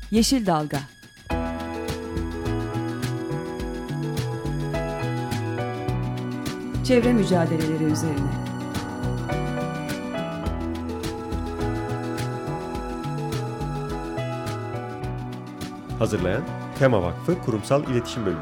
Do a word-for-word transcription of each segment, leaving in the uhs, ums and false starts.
Yeşil Dalga. Çevre mücadeleleri üzerine. Hazırlayan Tema Vakfı Kurumsal İletişim Bölümü.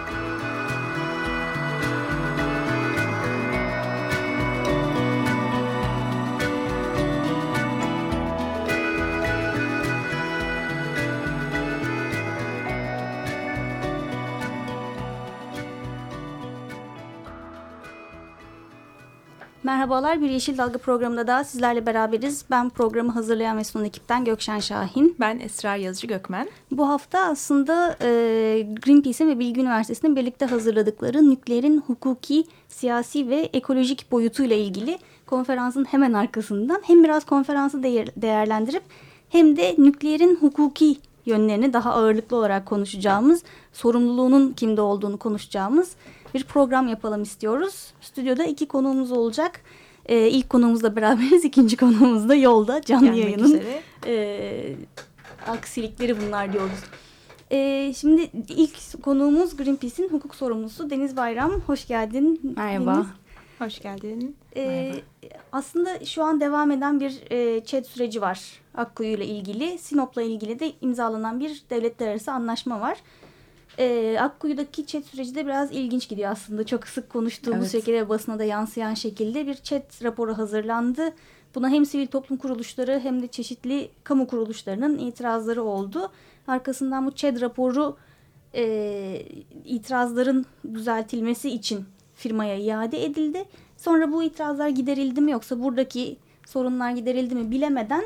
Merhabalar, bir Yeşil Dalga programında daha sizlerle beraberiz. Ben programı hazırlayan ve sunan ekipten Gökşen Şahin. Ben Esra Yazıcı Gökmen. Bu hafta aslında e, Greenpeace'in ve Bilgi Üniversitesi'nin birlikte hazırladıkları nükleerin hukuki, siyasi ve ekolojik boyutuyla ilgili konferansın hemen arkasından hem biraz konferansı değer, değerlendirip hem de nükleerin hukuki yönlerini daha ağırlıklı olarak konuşacağımız, sorumluluğunun kimde olduğunu konuşacağımız bir program yapalım istiyoruz. Stüdyoda iki konuğumuz olacak. Ee, ilk konuğumuzla beraberiz, ikinci konuğumuz da yolda canlı Gelmek yayının e, aksilikleri bunlar diyoruz. E, şimdi ilk konuğumuz Greenpeace'in hukuk sorumlusu Deniz Bayram. Hoş geldin. Merhaba. Deniz. Hoş geldin. E, Merhaba. Aslında şu an devam eden bir e, ÇED süreci var Akkuyu ile ilgili. Sinop'la ilgili de imzalanan bir devletler arası anlaşma var. E, Akkuyu'daki ÇED süreci de biraz ilginç gidiyor aslında. Çok sık konuştuğumuz evet. şekilde ve basına da yansıyan şekilde bir ÇED raporu hazırlandı. Buna hem sivil toplum kuruluşları hem de çeşitli kamu kuruluşlarının itirazları oldu. Arkasından bu ÇED raporu e, itirazların düzeltilmesi için firmaya iade edildi. Sonra bu itirazlar giderildi mi yoksa buradaki sorunlar giderildi mi bilemeden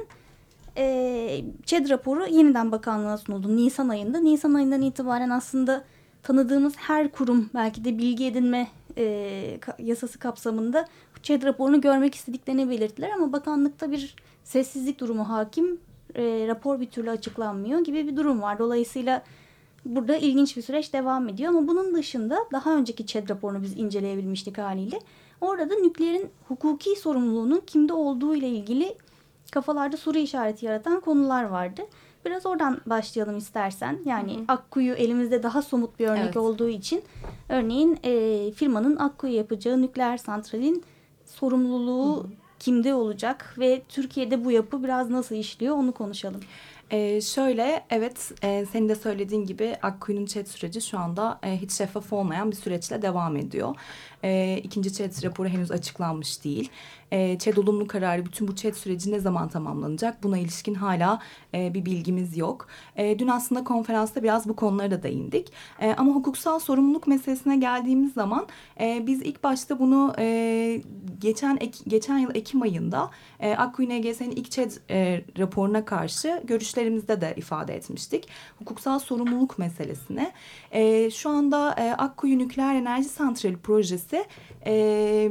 e, ÇED raporu yeniden bakanlığa sunuldu Nisan ayında. Nisan ayından itibaren aslında tanıdığımız her kurum belki de bilgi edinme e, yasası kapsamında ÇED raporunu görmek istediklerini belirttiler ama bakanlıkta bir sessizlik durumu hakim. E, rapor bir türlü açıklanmıyor gibi bir durum var. Dolayısıyla burada ilginç bir süreç devam ediyor ama bunun dışında daha önceki ÇED raporunu biz inceleyebilmiştik haliyle. Orada da nükleerin hukuki sorumluluğunun kimde olduğu ile ilgili kafalarda soru işareti yaratan konular vardı. Biraz oradan başlayalım istersen. Yani hı hı. Akkuyu elimizde daha somut bir örnek evet. olduğu için örneğin e, firmanın Akkuyu yapacağı nükleer santralin sorumluluğu hı hı. kimde olacak ve Türkiye'de bu yapı biraz nasıl işliyor onu konuşalım. Ee, şöyle evet e, senin de söylediğin gibi Akkuyu'nun ÇED süreci şu anda e, hiç şeffaf olmayan bir süreçle devam ediyor. E, ikinci ÇED raporu henüz açıklanmış değil. E, ÇED olumlu kararı bütün bu ÇED süreci ne zaman tamamlanacak buna ilişkin hala e, bir bilgimiz yok. E, dün aslında konferansta biraz bu konulara da değindik. E, ama hukuksal sorumluluk meselesine geldiğimiz zaman e, biz ilk başta bunu e, geçen geçen yıl Ekim ayında e, Akkuyu N G S'nin ilk ÇED e, raporuna karşı görüşlerimizde de ifade etmiştik. Hukuksal sorumluluk meselesine. E, şu anda e, Akkuyu Nükleer Enerji Santrali projesi e,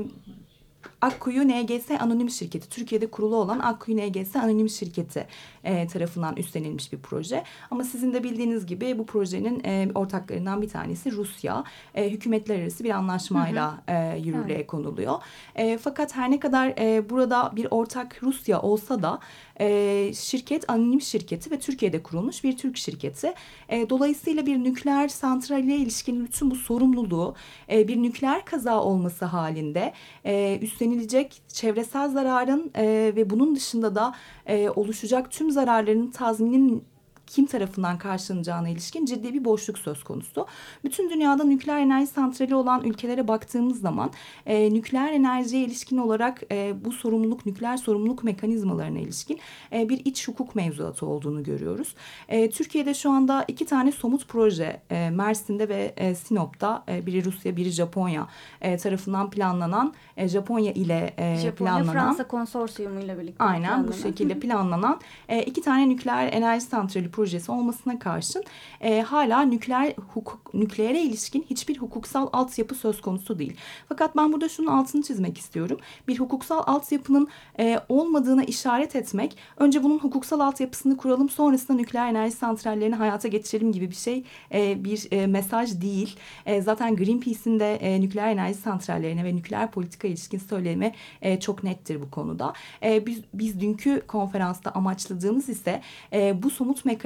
Akkuyu N G S Anonim Şirketi, Türkiye'de kurulu olan Akkuyu N G S Anonim Şirketi e, tarafından üstlenilmiş bir proje. Ama sizin de bildiğiniz gibi bu projenin e, ortaklarından bir tanesi Rusya. E, hükümetler arası bir anlaşmayla hı hı. E, yürürlüğe evet. konuluyor. E, fakat her ne kadar e, burada bir ortak Rusya olsa da e, şirket anonim şirketi ve Türkiye'de kurulmuş bir Türk şirketi. E, dolayısıyla bir nükleer santrale ilişkin bütün bu sorumluluğu e, bir nükleer kaza olması halinde e, üstlenilecek çevresel zararın e, ve bunun dışında da e, oluşacak tüm zararların tazminin kim tarafından karşılanacağına ilişkin ciddi bir boşluk söz konusu. Bütün dünyada nükleer enerji santrali olan ülkelere baktığımız zaman e, nükleer enerjiye ilişkin olarak e, bu sorumluluk, nükleer sorumluluk mekanizmalarına ilişkin e, bir iç hukuk mevzuatı olduğunu görüyoruz. E, Türkiye'de şu anda iki tane somut proje e, Mersin'de ve e, Sinop'ta e, biri Rusya, biri Japonya e, tarafından planlanan e, Japonya ile e, Japonya, planlanan. Fransa konsorsiyumuyla birlikte aynen planlanan. bu şekilde planlanan e, iki tane nükleer enerji santrali projesi olmasına karşın e, hala nükleer hukuk, nükleere ilişkin hiçbir hukuksal altyapı söz konusu değil. Fakat ben burada şunun altını çizmek istiyorum. Bir hukuksal altyapının e, olmadığına işaret etmek, önce bunun hukuksal altyapısını kuralım, sonrasında nükleer enerji santrallerini hayata geçirelim gibi bir şey, e, bir e, mesaj değil. E, zaten Greenpeace'in de e, nükleer enerji santrallerine ve nükleer politika ilişkin söylemi e, çok nettir bu konuda. E, biz, biz dünkü konferansta amaçladığımız ise e, bu somut mekanizmaları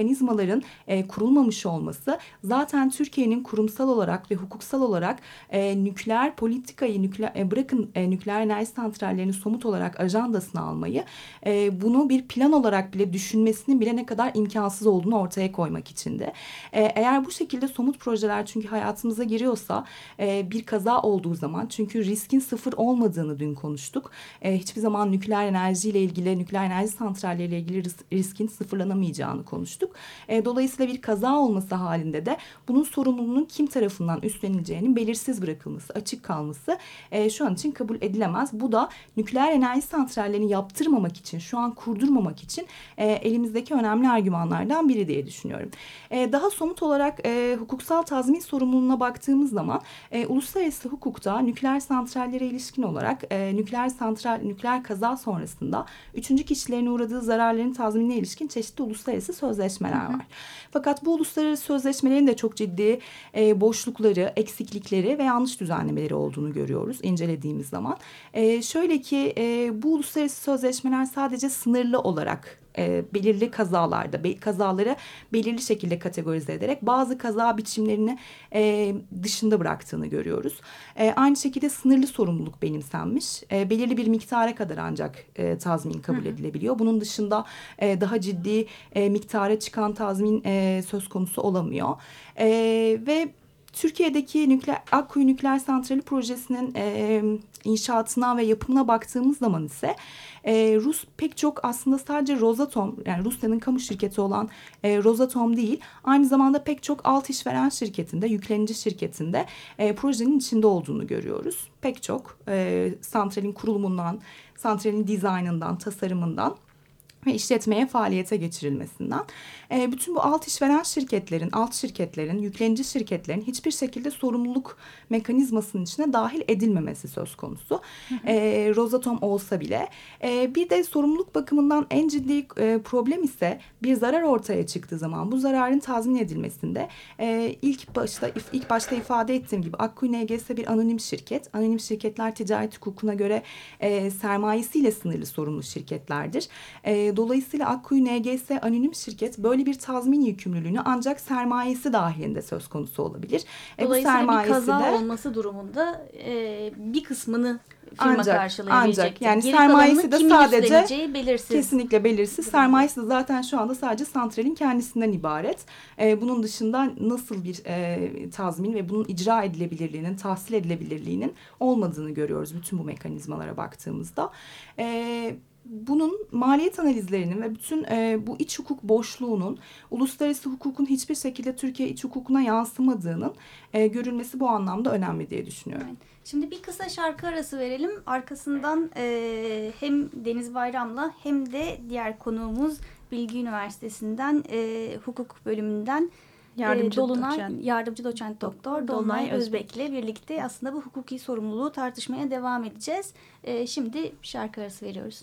mekanizmaların e, kurulmamış olması zaten Türkiye'nin kurumsal olarak ve hukuksal olarak e, nükleer politikayı nükleer, e, bırakın e, nükleer enerji santrallerini somut olarak ajandasına almayı, e, bunu bir plan olarak bile düşünmesinin bile ne kadar imkansız olduğunu ortaya koymak içindi. E, eğer bu şekilde somut projeler çünkü hayatımıza giriyorsa e, bir kaza olduğu zaman, çünkü riskin sıfır olmadığını dün konuştuk. E, hiçbir zaman nükleer enerjiyle ilgili, nükleer enerji santralleriyle ilgili ris- riskin sıfırlanamayacağını konuştuk. E, dolayısıyla bir kaza olması halinde de bunun sorumluluğunun kim tarafından üstlenileceğinin belirsiz bırakılması, açık kalması e, şu an için kabul edilemez. Bu da nükleer enerji santrallerini yaptırmamak için, şu an kurdurmamak için e, elimizdeki önemli argümanlardan biri diye düşünüyorum. E, daha somut olarak e, hukuksal tazmin sorumluluğuna baktığımız zaman e, uluslararası hukukta nükleer santrallere ilişkin olarak e, nükleer santral, nükleer kaza sonrasında üçüncü kişilerin uğradığı zararların tazminine ilişkin çeşitli uluslararası sözleşmeler var. Fakat bu uluslararası sözleşmelerin de çok ciddi e, boşlukları, eksiklikleri ve yanlış düzenlemeleri olduğunu görüyoruz incelediğimiz zaman. E, şöyle ki e, bu uluslararası sözleşmeler sadece sınırlı olarak e, belirli kazalarda, be, kazaları belirli şekilde kategorize ederek bazı kaza biçimlerini e, dışında bıraktığını görüyoruz. E, aynı şekilde sınırlı sorumluluk benimsenmiş. E, belirli bir miktara kadar ancak e, tazmin kabul hı hı. edilebiliyor. Bunun dışında e, daha ciddi e, miktara çıkan tazmin e, söz konusu olamıyor. E, ve Türkiye'deki nükleer, Akkuyu Nükleer Santrali projesinin e, inşaatına ve yapımına baktığımız zaman ise e, Rus pek çok aslında sadece Rosatom, yani Rusya'nın kamu şirketi olan e, Rosatom değil, aynı zamanda pek çok alt işveren şirketinde, yüklenici şirketinde e, projenin içinde olduğunu görüyoruz. Pek çok e, santralin kurulumundan, santralin dizaynından, tasarımından ve işletmeye, faaliyete geçirilmesinden. E, bütün bu alt işveren şirketlerin, alt şirketlerin, yüklenici şirketlerin hiçbir şekilde sorumluluk mekanizmasının içine dahil edilmemesi söz konusu. Hı hı. E, Rosatom olsa bile. E, bir de sorumluluk bakımından en ciddi e, problem ise bir zarar ortaya çıktığı zaman bu zararın tazmin edilmesinde e, ilk başta ilk başta ifade ettiğim gibi Akkuyu N G S bir anonim şirket. Anonim şirketler ticaret hukukuna göre e, sermayesiyle sınırlı sorumlu şirketlerdir. E, Dolayısıyla Akkuyu N G S anonim şirket böyle bir tazmin yükümlülüğünü ancak sermayesi dahilinde söz konusu olabilir. Dolayısıyla e, bu sermayesi bir kaza de, olması durumunda e, bir kısmını firma ancak, karşılayabilecektir. Ancak yani Geri sermayesi de sadece belirsiz. Kesinlikle belirsiz. Sermayesi de zaten şu anda sadece santralin kendisinden ibaret. E, bunun dışında nasıl bir e, tazmin ve bunun icra edilebilirliğinin, tahsil edilebilirliğinin olmadığını görüyoruz bütün bu mekanizmalara baktığımızda. Evet. Bunun maliyet analizlerinin ve bütün e, bu iç hukuk boşluğunun uluslararası hukukun hiçbir şekilde Türkiye iç hukukuna yansımadığının e, görülmesi bu anlamda önemli diye düşünüyorum. Evet. Şimdi bir kısa şarkı arası verelim. Arkasından e, hem Deniz Bayram'la hem de diğer konuğumuz Bilgi Üniversitesi'nden e, hukuk bölümünden Yardımcı e, Dolunay, doçent. yardımcı doçent doktor Dolunay Özbek'le birlikte aslında bu hukuki sorumluluğu tartışmaya devam edeceğiz. E, şimdi şarkı arası veriyoruz.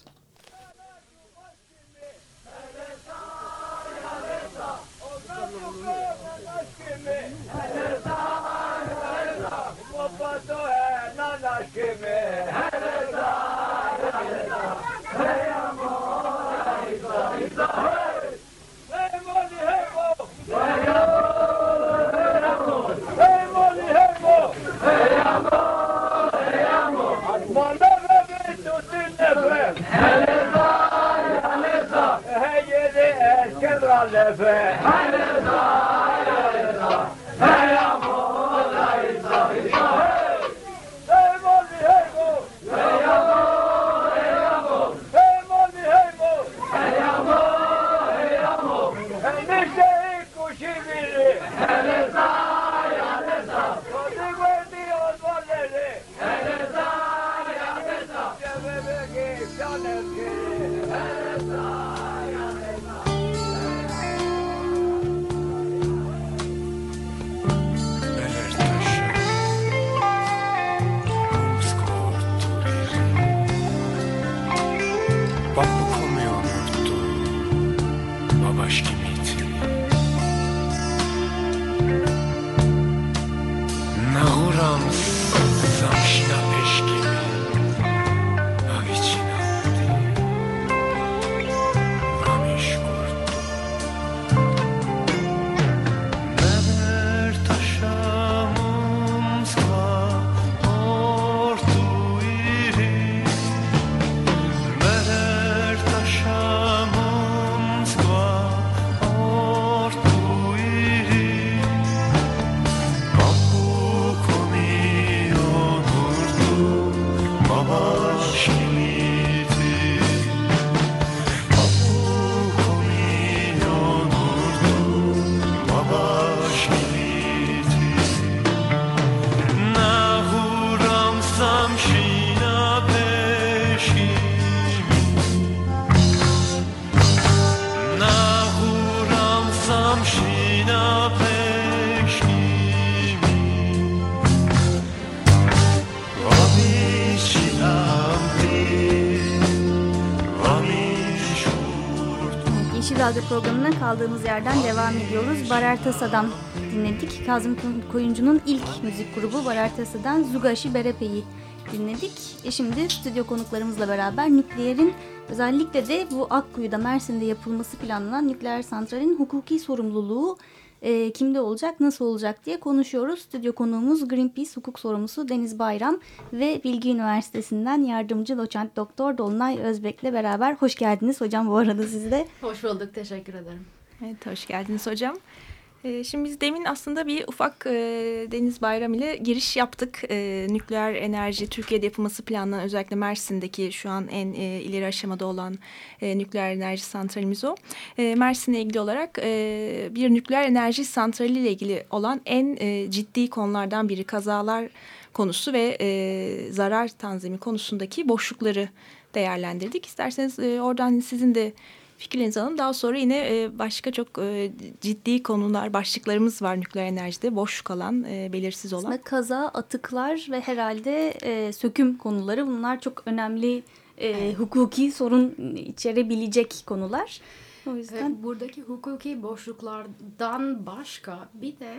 Yeşil Dalga programına kaldığımız yerden devam ediyoruz. Barartasa'dan dinledik. Kazım Koyuncu'nun ilk müzik grubu Barartasa'dan Zugashi Berepe'yi dinledik. E şimdi stüdyo konuklarımızla beraber nükleerin, özellikle de bu Akkuyu'da, Mersin'de yapılması planlanan nükleer santralin hukuki sorumluluğu e, kimde olacak, nasıl olacak diye konuşuyoruz. Stüdyo konuğumuz Greenpeace hukuk sorumlusu Deniz Bayram ve Bilgi Üniversitesi'nden yardımcı doçent doktor Dolunay Özbek'le beraber. Hoş geldiniz hocam bu arada siz de. Hoş bulduk, teşekkür ederim. Evet, hoş geldiniz hocam. Şimdi biz demin aslında bir ufak e, Deniz Bayram ile giriş yaptık. E, nükleer enerji Türkiye'de yapılması planlanan, özellikle Mersin'deki şu an en e, ileri aşamada olan e, nükleer enerji santralimiz o. E, Mersin'le ilgili olarak e, bir nükleer enerji santrali ile ilgili olan en e, ciddi konulardan biri kazalar konusu ve e, zarar tanzimi konusundaki boşlukları değerlendirdik. İsterseniz e, oradan sizin de fikirlerinizi alalım. Daha sonra yine başka çok ciddi konular, başlıklarımız var nükleer enerjide. Boş kalan, belirsiz olan. Aslında kaza, atıklar ve herhalde söküm konuları, bunlar çok önemli e, hukuki sorun içerebilecek konular. O yüzden buradaki hukuki boşluklardan başka bir de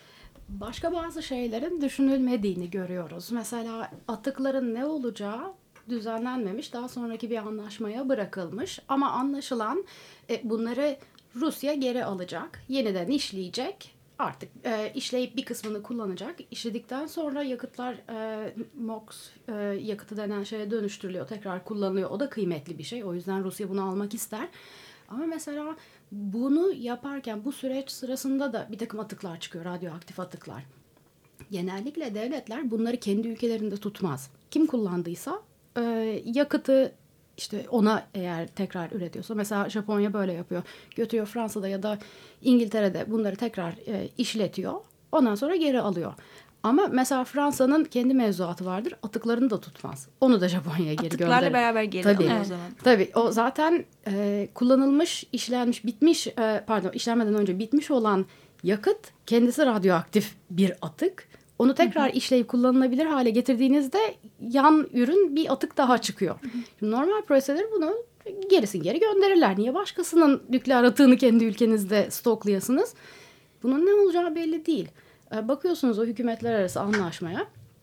başka bazı şeylerin düşünülmediğini görüyoruz. Mesela atıkların ne olacağı düzenlenmemiş, daha sonraki bir anlaşmaya bırakılmış ama anlaşılan e, bunları Rusya geri alacak, yeniden işleyecek, artık e, işleyip bir kısmını kullanacak. İşledikten sonra yakıtlar e, M O X e, yakıtı denen şeye dönüştürülüyor, tekrar kullanılıyor. O da kıymetli bir şey, o yüzden Rusya bunu almak ister. Ama mesela bunu yaparken bu süreç sırasında da bir takım atıklar çıkıyor, radyoaktif atıklar. Genellikle devletler bunları kendi ülkelerinde tutmaz. Kim kullandıysa Ee, yakıtı işte ona eğer tekrar üretiyorsa, mesela Japonya böyle yapıyor. Götürüyor Fransa'da ya da İngiltere'de bunları tekrar e, işletiyor. Ondan sonra geri alıyor. Ama mesela Fransa'nın kendi mevzuatı vardır. Atıklarını da tutmaz. Onu da Japonya'ya geri gönderir. Atıklarla beraber geri tabii, alıyor evet. o zaman. Tabii o zaten e, kullanılmış, işlenmiş, bitmiş e, pardon işlenmeden önce bitmiş olan yakıt kendisi radyoaktif bir atık. Onu tekrar hı hı. işleyip kullanılabilir hale getirdiğinizde yan ürün bir atık daha çıkıyor. Hı hı. Şimdi normal prosedür bunu gerisin geri gönderirler. Niye başkasının nükleer atığını kendi ülkenizde stoklayasınız? Bunun ne olacağı belli değil. Bakıyorsunuz o hükümetler arası anlaşmaya,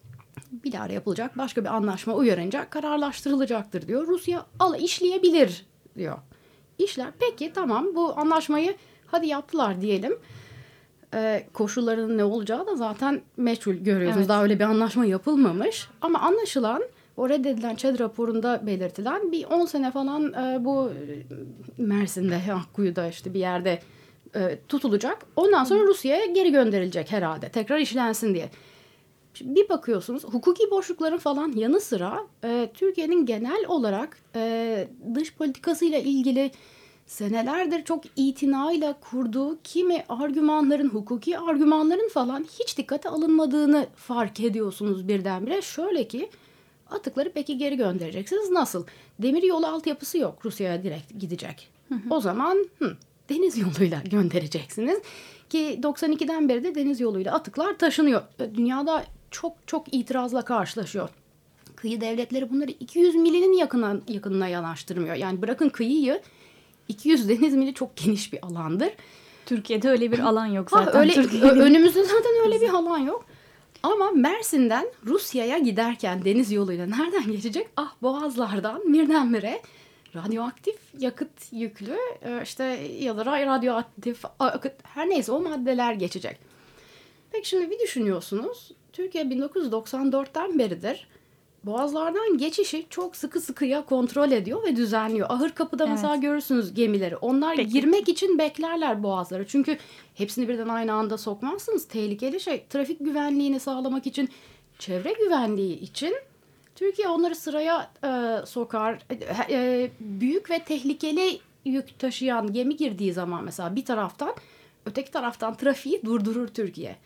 bir daha yapılacak başka bir anlaşma uyarınca kararlaştırılacaktır diyor. Rusya al işleyebilir diyor. İşler, peki tamam, bu anlaşmayı hadi yaptılar diyelim. Ee, koşullarının ne olacağı da zaten meçhul görüyorsunuz. Evet. Daha öyle bir anlaşma yapılmamış. Ama anlaşılan, o reddedilen ÇED raporunda belirtilen bir on sene falan e, bu Mersin'de, Akkuyu'da işte bir yerde e, tutulacak. Ondan sonra Hı. Rusya'ya geri gönderilecek herhalde. Tekrar işlensin diye. Şimdi bir bakıyorsunuz hukuki boşlukların falan yanı sıra e, Türkiye'nin genel olarak e, dış politikasıyla ilgili senelerdir çok itinayla kurduğu kimi argümanların, hukuki argümanların falan hiç dikkate alınmadığını fark ediyorsunuz birdenbire. Şöyle ki, atıkları peki geri göndereceksiniz. Nasıl? Demiryolu altyapısı yok. Rusya'ya direkt gidecek. Hı hı. O zaman hı, deniz yoluyla göndereceksiniz. Ki doksan ikiden beri de deniz yoluyla atıklar taşınıyor. Dünyada çok çok itirazla karşılaşıyor. Kıyı devletleri bunları iki yüz milinin yakına, yakınına yanaştırmıyor. Yani bırakın kıyıyı, iki yüz deniz mili çok geniş bir alandır. Türkiye'de öyle bir alan yok zaten. Ha, öyle, önümüzde zaten öyle bir alan yok. Ama Mersin'den Rusya'ya giderken deniz yoluyla nereden geçecek? Ah, boğazlardan birdenbire radyoaktif yakıt yüklü işte ya da radyoaktif her neyse o maddeler geçecek. Peki şimdi bir düşünüyorsunuz. Türkiye bin dokuz yüz doksan dörtten beridir boğazlardan geçişi çok sıkı sıkıya kontrol ediyor ve düzenliyor. Ahırkapı'da evet. mesela görürsünüz gemileri. Onlar Peki. girmek için beklerler boğazlara. Çünkü hepsini birden aynı anda sokmazsınız. Tehlikeli şey. Trafik güvenliğini sağlamak için, çevre güvenliği için Türkiye onları sıraya e, sokar. E, büyük ve tehlikeli yük taşıyan gemi girdiği zaman mesela bir taraftan, öteki taraftan trafiği durdurur Türkiye.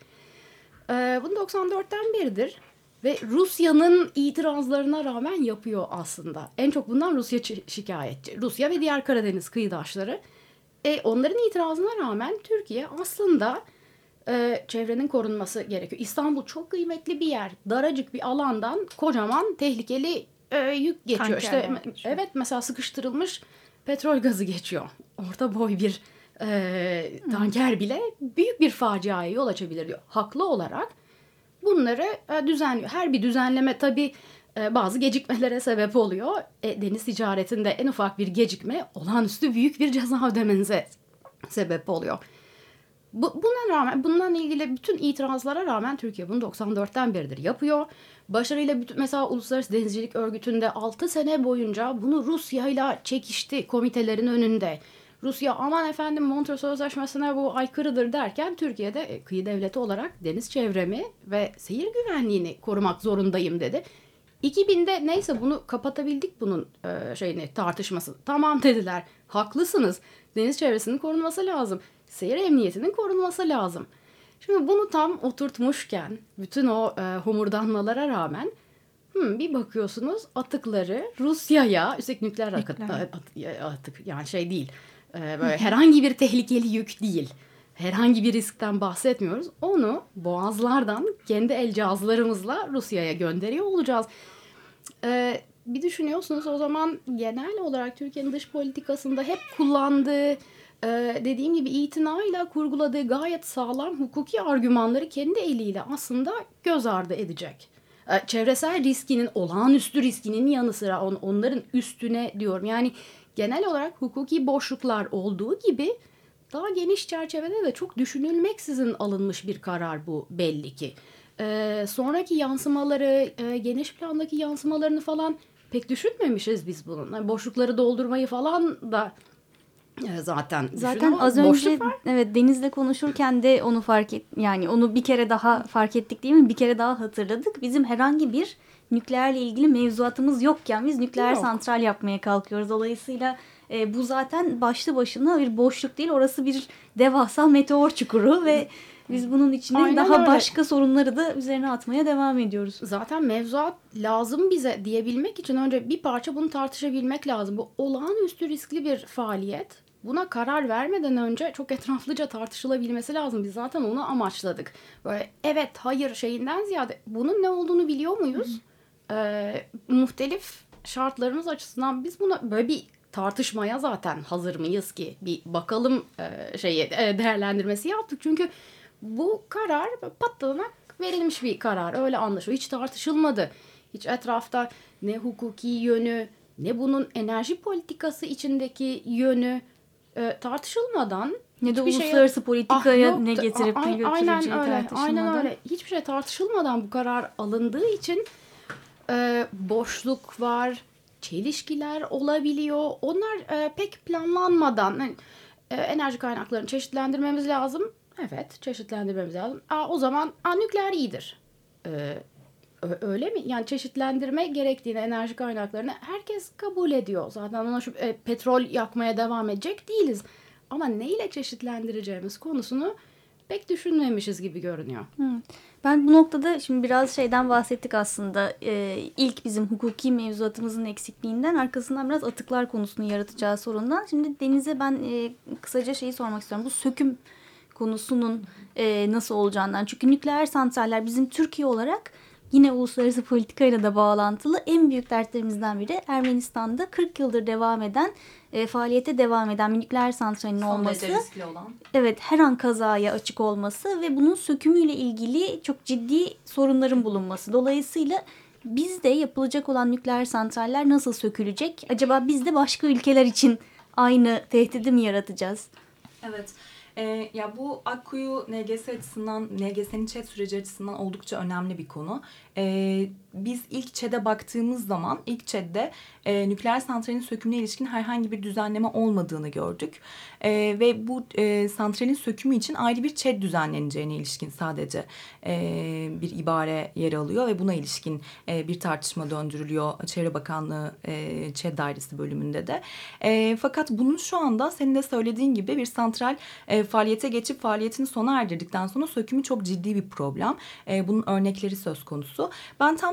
E, bunu doksan dörtten beridir. Ve Rusya'nın itirazlarına rağmen yapıyor aslında. En çok bundan Rusya şikayetçi. Rusya ve diğer Karadeniz kıyıdaşları. E, onların itirazına rağmen Türkiye aslında e, çevrenin korunması gerekiyor. İstanbul çok kıymetli bir yer. Daracık bir alandan kocaman tehlikeli e, yük geçiyor. İşte, evet, mesela sıkıştırılmış petrol gazı geçiyor. Orta boy bir e, tanker bile büyük bir faciaya yol açabilir diyor. Haklı olarak bunları e, düzenliyor. Her bir düzenleme tabii e, bazı gecikmelere sebep oluyor. E, deniz ticaretinde en ufak bir gecikme olağanüstü büyük bir ceza ödemenize sebep oluyor. Bu, buna rağmen, bundan ilgili bütün itirazlara rağmen Türkiye bunu doksan dörtten beridir yapıyor. Başarıyla bütün, mesela Uluslararası Denizcilik Örgütü'nde altı sene boyunca bunu Rusya'yla çekişti komitelerin önünde. Rusya aman efendim Montreux Sözleşmesi'ne bu aykırıdır derken Türkiye'de e, kıyı devleti olarak deniz çevremi ve seyir güvenliğini korumak zorundayım dedi. iki binde neyse bunu kapatabildik bunun e, şeyini tartışması. Tamam dediler, haklısınız, deniz çevresinin korunması lazım. Seyir emniyetinin korunması lazım. Şimdi bunu tam oturtmuşken bütün o e, homurdanmalara rağmen hmm, bir bakıyorsunuz atıkları Rusya'ya, üstelik nükleer akıt, at, atık yani şey değil, e, böyle herhangi bir tehlikeli yük değil, herhangi bir riskten bahsetmiyoruz. Onu boğazlardan kendi el cihazlarımızla Rusya'ya gönderiyor olacağız. E, bir düşünüyorsunuz o zaman genel olarak Türkiye'nin dış politikasında hep kullandığı, Ee, dediğim gibi itinayla kurguladığı gayet sağlam hukuki argümanları kendi eliyle aslında göz ardı edecek. Ee, çevresel riskinin, olağanüstü riskinin yanı sıra on, onların üstüne diyorum. Yani genel olarak hukuki boşluklar olduğu gibi daha geniş çerçevede de çok düşünülmeksizin alınmış bir karar bu belli ki. Ee, sonraki yansımaları, e, geniş plandaki yansımalarını falan pek düşünmemişiz biz bunun. Yani boşlukları doldurmayı falan da Zaten zaten az önce evet Deniz'le konuşurken de onu fark et, yani onu bir kere daha fark ettik değil mi? Bir kere daha hatırladık. Bizim herhangi bir nükleerle ilgili mevzuatımız yokken biz nükleer Yok. santral yapmaya kalkıyoruz. Dolayısıyla e, bu zaten başlı başına bir boşluk değil. Orası bir devasa meteor çukuru ve biz bunun içine Aynen daha öyle. başka sorunları da üzerine atmaya devam ediyoruz. Zaten mevzuat lazım bize diyebilmek için önce bir parça bunu tartışabilmek lazım. Bu olağanüstü riskli bir faaliyet. Buna karar vermeden önce çok etraflıca tartışılabilmesi lazım. Biz zaten onu amaçladık. Böyle evet, hayır şeyinden ziyade bunun ne olduğunu biliyor muyuz? Ee, muhtelif şartlarımız açısından biz buna böyle bir tartışmaya zaten hazır mıyız ki? Bir bakalım e, şeyi e, değerlendirmesi yaptık. Çünkü bu karar patlanarak verilmiş bir karar. Öyle anlaşılıyor. Hiç tartışılmadı. Hiç etrafta ne hukuki yönü, ne bunun enerji politikası içindeki yönü e, tartışılmadan, ne de uluslararası şey, politikaya ah, ne getirip a- ne götüreceği aynen öyle, aynen öyle. Hiçbir şey tartışılmadan bu karar alındığı için e, boşluk var, çelişkiler olabiliyor. Onlar e, pek planlanmadan yani, e, enerji kaynaklarını çeşitlendirmemiz lazım. Evet, çeşitlendirmemiz lazım. Aa, o zaman aa, nükleer iyidir. Ee, öyle mi? Yani çeşitlendirme gerektiğini, enerji kaynaklarını herkes kabul ediyor. Zaten ona şu e, petrol yakmaya devam edecek değiliz. Ama neyle çeşitlendireceğimiz konusunu pek düşünmemişiz gibi görünüyor. Hmm. Ben bu noktada şimdi biraz şeyden bahsettik aslında. Ee, ilk bizim hukuki mevzuatımızın eksikliğinden, arkasından biraz atıklar konusunu yaratacağı sorundan. Şimdi Deniz'e ben e, kısaca şeyi sormak istiyorum. Bu söküm konusunun e, nasıl olacağından. Çünkü nükleer santraller bizim Türkiye olarak yine uluslararası politikayla da bağlantılı en büyük dertlerimizden biri. Ermenistan'da kırk yıldır devam eden, e, faaliyete devam eden bir nükleer santralinin olması. Olan. Evet, her an kazaya açık olması ve bunun sökümüyle ilgili çok ciddi sorunların bulunması. Dolayısıyla bizde yapılacak olan nükleer santraller nasıl sökülecek? Acaba biz de başka ülkeler için aynı tehdidi mi yaratacağız? Evet. Ee, ya bu Akkuyu N G S açısından, N G S'nin ÇED süreci açısından oldukça önemli bir konu. Ee, biz ilk ÇED'e baktığımız zaman ilk ÇED'de e, nükleer santralin sökümüne ilişkin herhangi bir düzenleme olmadığını gördük. E, ve bu e, santralin sökümü için ayrı bir ÇED düzenleneceğine ilişkin sadece e, bir ibare yer alıyor ve buna ilişkin e, bir tartışma döndürülüyor Çevre Bakanlığı e, ÇED Dairesi bölümünde de. E, fakat bunun şu anda senin de söylediğin gibi bir santral e, faaliyete geçip faaliyetini sona erdirdikten sonra sökümü çok ciddi bir problem. E, bunun örnekleri söz konusu. Ben tam da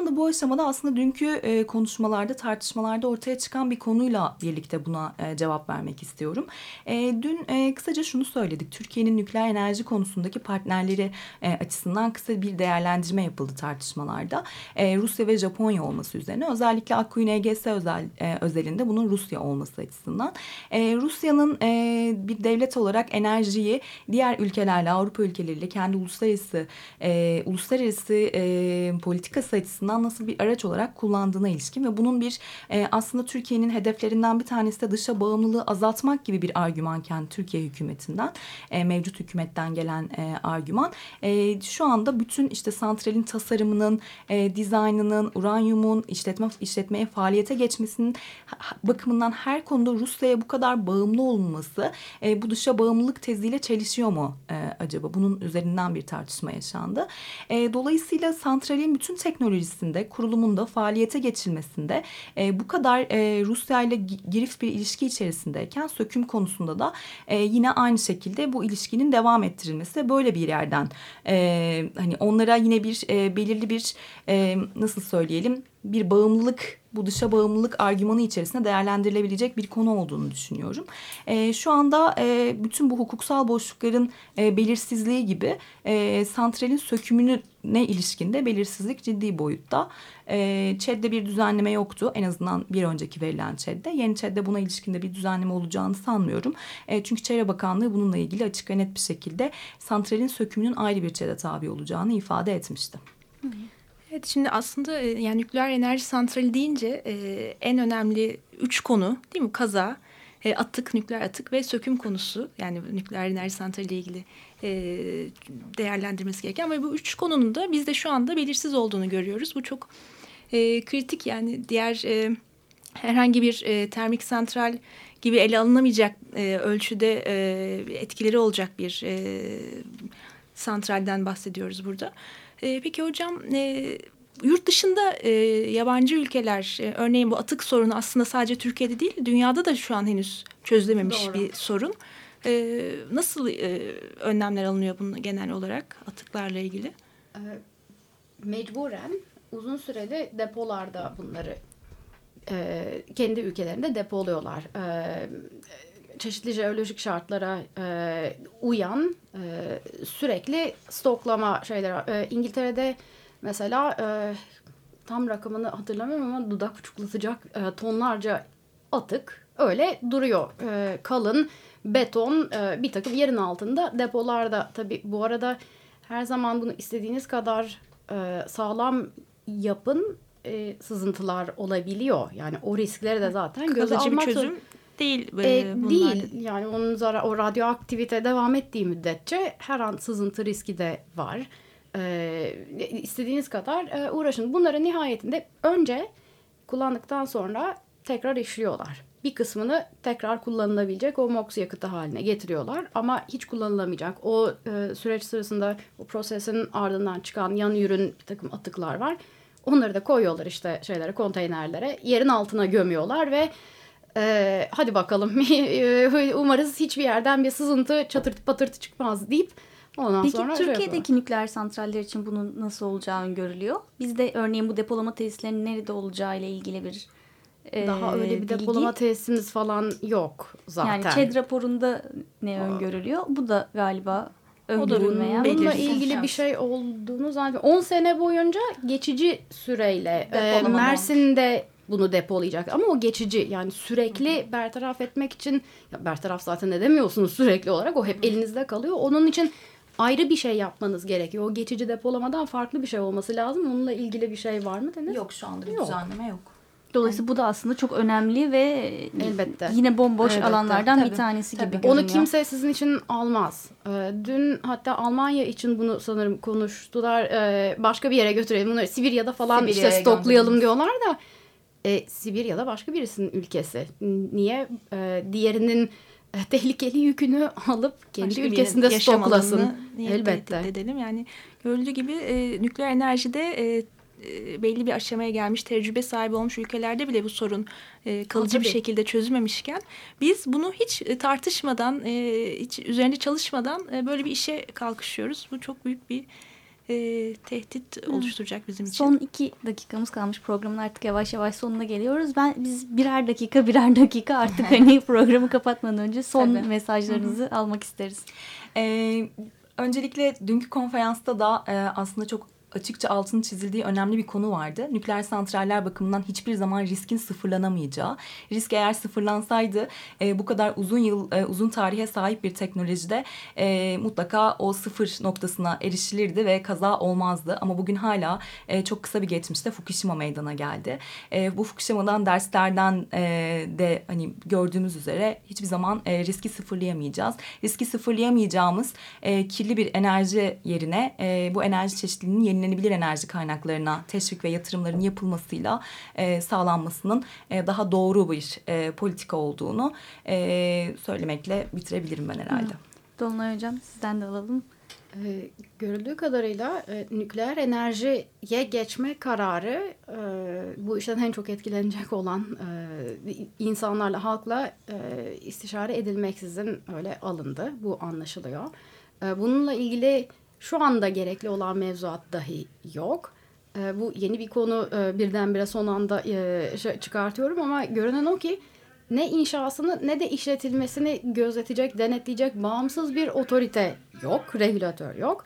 anda bu aşamada aslında dünkü e, konuşmalarda, tartışmalarda ortaya çıkan bir konuyla birlikte buna e, cevap vermek istiyorum. E, dün e, kısaca şunu söyledik. Türkiye'nin nükleer enerji konusundaki partnerleri e, açısından kısa bir değerlendirme yapıldı tartışmalarda. E, Rusya ve Japonya olması üzerine. Özellikle Akkuyu N G S özel, e, özelinde bunun Rusya olması açısından. E, Rusya'nın e, bir devlet olarak enerjiyi diğer ülkelerle, Avrupa ülkeleriyle kendi uluslararası e, uluslararası e, politikası açısından nasıl bir araç olarak kullandığına ilişkin ve bunun bir e, aslında Türkiye'nin hedeflerinden bir tanesi de dışa bağımlılığı azaltmak gibi bir argümanken Türkiye hükümetinden, e, mevcut hükümetten gelen e, argüman e, şu anda bütün işte santralin tasarımının, e, dizaynının, uranyumun işletme işletmeye faaliyete geçmesinin bakımından her konuda Rusya'ya bu kadar bağımlı olunması e, bu dışa bağımlılık teziyle çelişiyor mu e, acaba? Bunun üzerinden bir tartışma yaşandı. E, dolayısıyla santralin bütün teknolojisinde, kurulumunda, faaliyete geçilmesinde e, bu kadar e, Rusya ile girift bir ilişki içerisindeyken söküm konusunda da e, yine aynı şekilde bu ilişkinin devam ettirilmesi böyle bir yerden e, hani onlara yine bir e, belirli bir e, nasıl söyleyelim bir bağımlılık, bu dışa bağımlılık argümanı içerisinde değerlendirilebilecek bir konu olduğunu düşünüyorum. E, şu anda e, bütün bu hukuksal boşlukların e, belirsizliği gibi e, santralin sökümüne ilişkinde belirsizlik ciddi boyutta. E, ÇED'de bir düzenleme yoktu. En azından bir önceki verilen ÇED'de. Yeni ÇED'de buna ilişkinde bir düzenleme olacağını sanmıyorum. E, çünkü Çevre Bakanlığı bununla ilgili açık ve net bir şekilde santralin sökümünün ayrı bir ÇED'e tabi olacağını ifade etmişti. Hı. Evet, şimdi aslında yani nükleer enerji santrali deyince e, en önemli üç konu değil mi? Kaza, e, atık, nükleer atık ve söküm konusu. Yani nükleer enerji santrali ile ilgili e, değerlendirmesi gereken. Ama bu üç konunun da bizde şu anda belirsiz olduğunu görüyoruz. Bu çok e, kritik, yani diğer e, herhangi bir e, termik santral gibi ele alınamayacak e, ölçüde e, etkileri olacak bir e, santralden bahsediyoruz burada. E, peki hocam, e, yurt dışında e, yabancı ülkeler, e, örneğin bu atık sorunu aslında sadece Türkiye'de değil, dünyada da şu an henüz çözülememiş Doğru. bir sorun. E, nasıl e, önlemler alınıyor bunun genel olarak atıklarla ilgili? E, mecburen uzun süreli depolarda bunları e, kendi ülkelerinde depoluyorlar. E, çeşitli jeolojik şartlara e, uyan e, sürekli stoklama şeyleri. E, İngiltere'de mesela e, tam rakamını hatırlamıyorum ama dudak uçuklatacak e, tonlarca atık öyle duruyor. E, kalın beton e, bir takım yerin altında depolarda. Tabii bu arada her zaman bunu istediğiniz kadar e, sağlam yapın, e, sızıntılar olabiliyor. Yani o riskleri de zaten göze almak bir çözüm değil. E, değil. Yani onun zarar, o radyoaktivite devam ettiği müddetçe her an sızıntı riski de var. E, istediğiniz kadar e, uğraşın. Bunları nihayetinde önce kullandıktan sonra tekrar işliyorlar. Bir kısmını tekrar kullanılabilecek o MOX yakıtı haline getiriyorlar. Ama hiç kullanılamayacak. O e, süreç sırasında o prosesin ardından çıkan yan ürün bir takım atıklar var. Onları da koyuyorlar işte şeylere, konteynerlere. Yerin altına gömüyorlar ve e, hadi bakalım umarız hiçbir yerden bir sızıntı çatırtı patırtı çıkmaz deyip ondan Peki, sonra Türkiye'deki şey nükleer santraller için bunun nasıl olacağı öngörülüyor? Bizde örneğin bu depolama tesislerinin nerede olacağı ile ilgili bir e, daha öyle bir bilgi. depolama tesisimiz falan yok zaten. Yani ÇED raporunda ne öngörülüyor? Bu da galiba öngörülmeyen. Bununla ilgili bir şey olduğunu zannediyorum. on sene boyunca geçici süreyle e, Mersin'de bunu depolayacak. Ama o geçici, yani sürekli Hı-hı. bertaraf etmek için, ya bertaraf zaten edemiyorsunuz sürekli olarak. O hep Hı-hı. elinizde kalıyor. Onun için ayrı bir şey yapmanız gerekiyor. O geçici depolamadan farklı bir şey olması lazım. Onunla ilgili bir şey var mı Deniz? Yok, şu anda bir yok. düzenleme yok. Dolayısıyla bu da aslında çok önemli ve elbette yine bomboş elbette. alanlardan Tabii. bir tanesi Tabii. gibi görünüyor. Onu kimse sizin için almaz. Ee, dün hatta Almanya için bunu sanırım konuştular. Ee, başka bir yere götürelim bunları. Sibirya'da falan Sibirya'ya işte stoklayalım diyorlar da. E, Sibirya'da başka birisinin ülkesi. Niye e, diğerinin e, tehlikeli yükünü alıp kendi başka ülkesinde stoklasın? Elbette. Edelim. Yani görüldüğü gibi e, nükleer enerjide e, belli bir aşamaya gelmiş, tecrübe sahibi olmuş ülkelerde bile bu sorun e, kalıcı Tabii. bir şekilde çözülmemişken biz bunu hiç tartışmadan, e, hiç üzerinde çalışmadan e, böyle bir işe kalkışıyoruz. Bu çok büyük bir e, tehdit oluşturacak bizim için. Son iki dakikamız kalmış, programın artık yavaş yavaş sonuna geliyoruz. Ben biz birer dakika birer dakika artık hani programı kapatmadan önce son Tabii. mesajlarınızı Hı-hı. almak isteriz. Ee, öncelikle dünkü konferansta da e, aslında çok açıkça altını çizildiği önemli bir konu vardı. Nükleer santraller bakımından hiçbir zaman riskin sıfırlanamayacağı. Risk eğer sıfırlansaydı e, bu kadar uzun yıl, e, uzun tarihe sahip bir teknolojide e, mutlaka o sıfır noktasına erişilirdi ve kaza olmazdı. Ama bugün hala e, çok kısa bir geçmişte Fukushima meydana geldi. E, bu Fukushima'dan derslerden e, de hani gördüğümüz üzere hiçbir zaman e, riski sıfırlayamayacağız. Riski sıfırlayamayacağımız e, kirli bir enerji yerine e, bu enerji çeşitliliğinin yeni yenilenebilir enerji kaynaklarına teşvik ve yatırımların yapılmasıyla e, sağlanmasının e, daha doğru bir e, politika olduğunu e, söylemekle bitirebilirim ben herhalde. Hı. Dolunay Hocam, sizden de alalım. E, görüldüğü kadarıyla e, nükleer enerjiye geçme kararı e, bu işten en çok etkilenecek olan e, insanlarla, halkla e, istişare edilmeksizin öyle alındı. Bu anlaşılıyor. E, bununla ilgili şu anda gerekli olan mevzuat dahi yok. E, bu yeni bir konu, e, birdenbire son anda e, çıkartıyorum ama görünen o ki ne inşasını ne de işletilmesini gözetecek, denetleyecek bağımsız bir otorite yok, regülatör yok.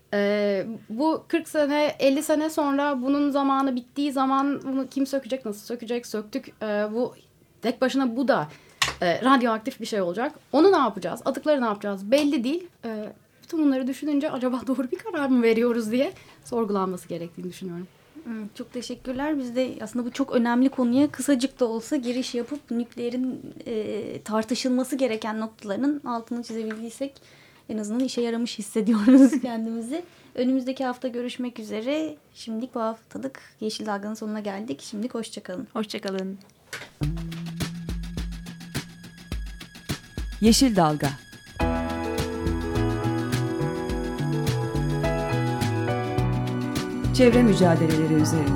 E, bu kırk sene, elli sene sonra bunun zamanı bittiği zaman bunu kim sökecek, nasıl sökecek, söktük. E, bu tek başına bu da e, radyoaktif bir şey olacak. Onu ne yapacağız, atıkları ne yapacağız belli değil. E, Bütün bunları düşününce acaba doğru bir karar mı veriyoruz diye sorgulanması gerektiğini düşünüyorum. Çok teşekkürler. Biz de aslında bu çok önemli konuya kısacık da olsa giriş yapıp nükleerin e, tartışılması gereken noktalarının altını çizebildiysek en azından işe yaramış hissediyoruz kendimizi. Önümüzdeki hafta görüşmek üzere. Şimdilik bu haftalık Yeşil Dalga'nın sonuna geldik. Şimdilik hoşçakalın. Hoşçakalın. Yeşil Dalga. Çevre mücadeleleri üzerine.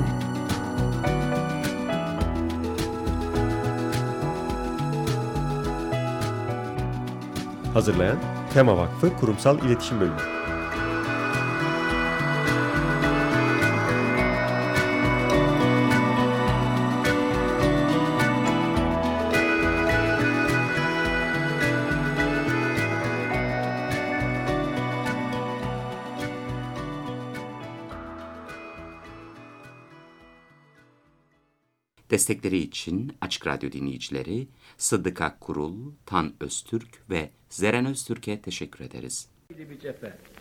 Hazırlayan Tema Vakfı Kurumsal İletişim Bölümü. Destekleri için Açık Radyo dinleyicileri Sıddık Akkurul, Tan Öztürk ve Zeren Öztürk'e teşekkür ederiz. Bir cephe.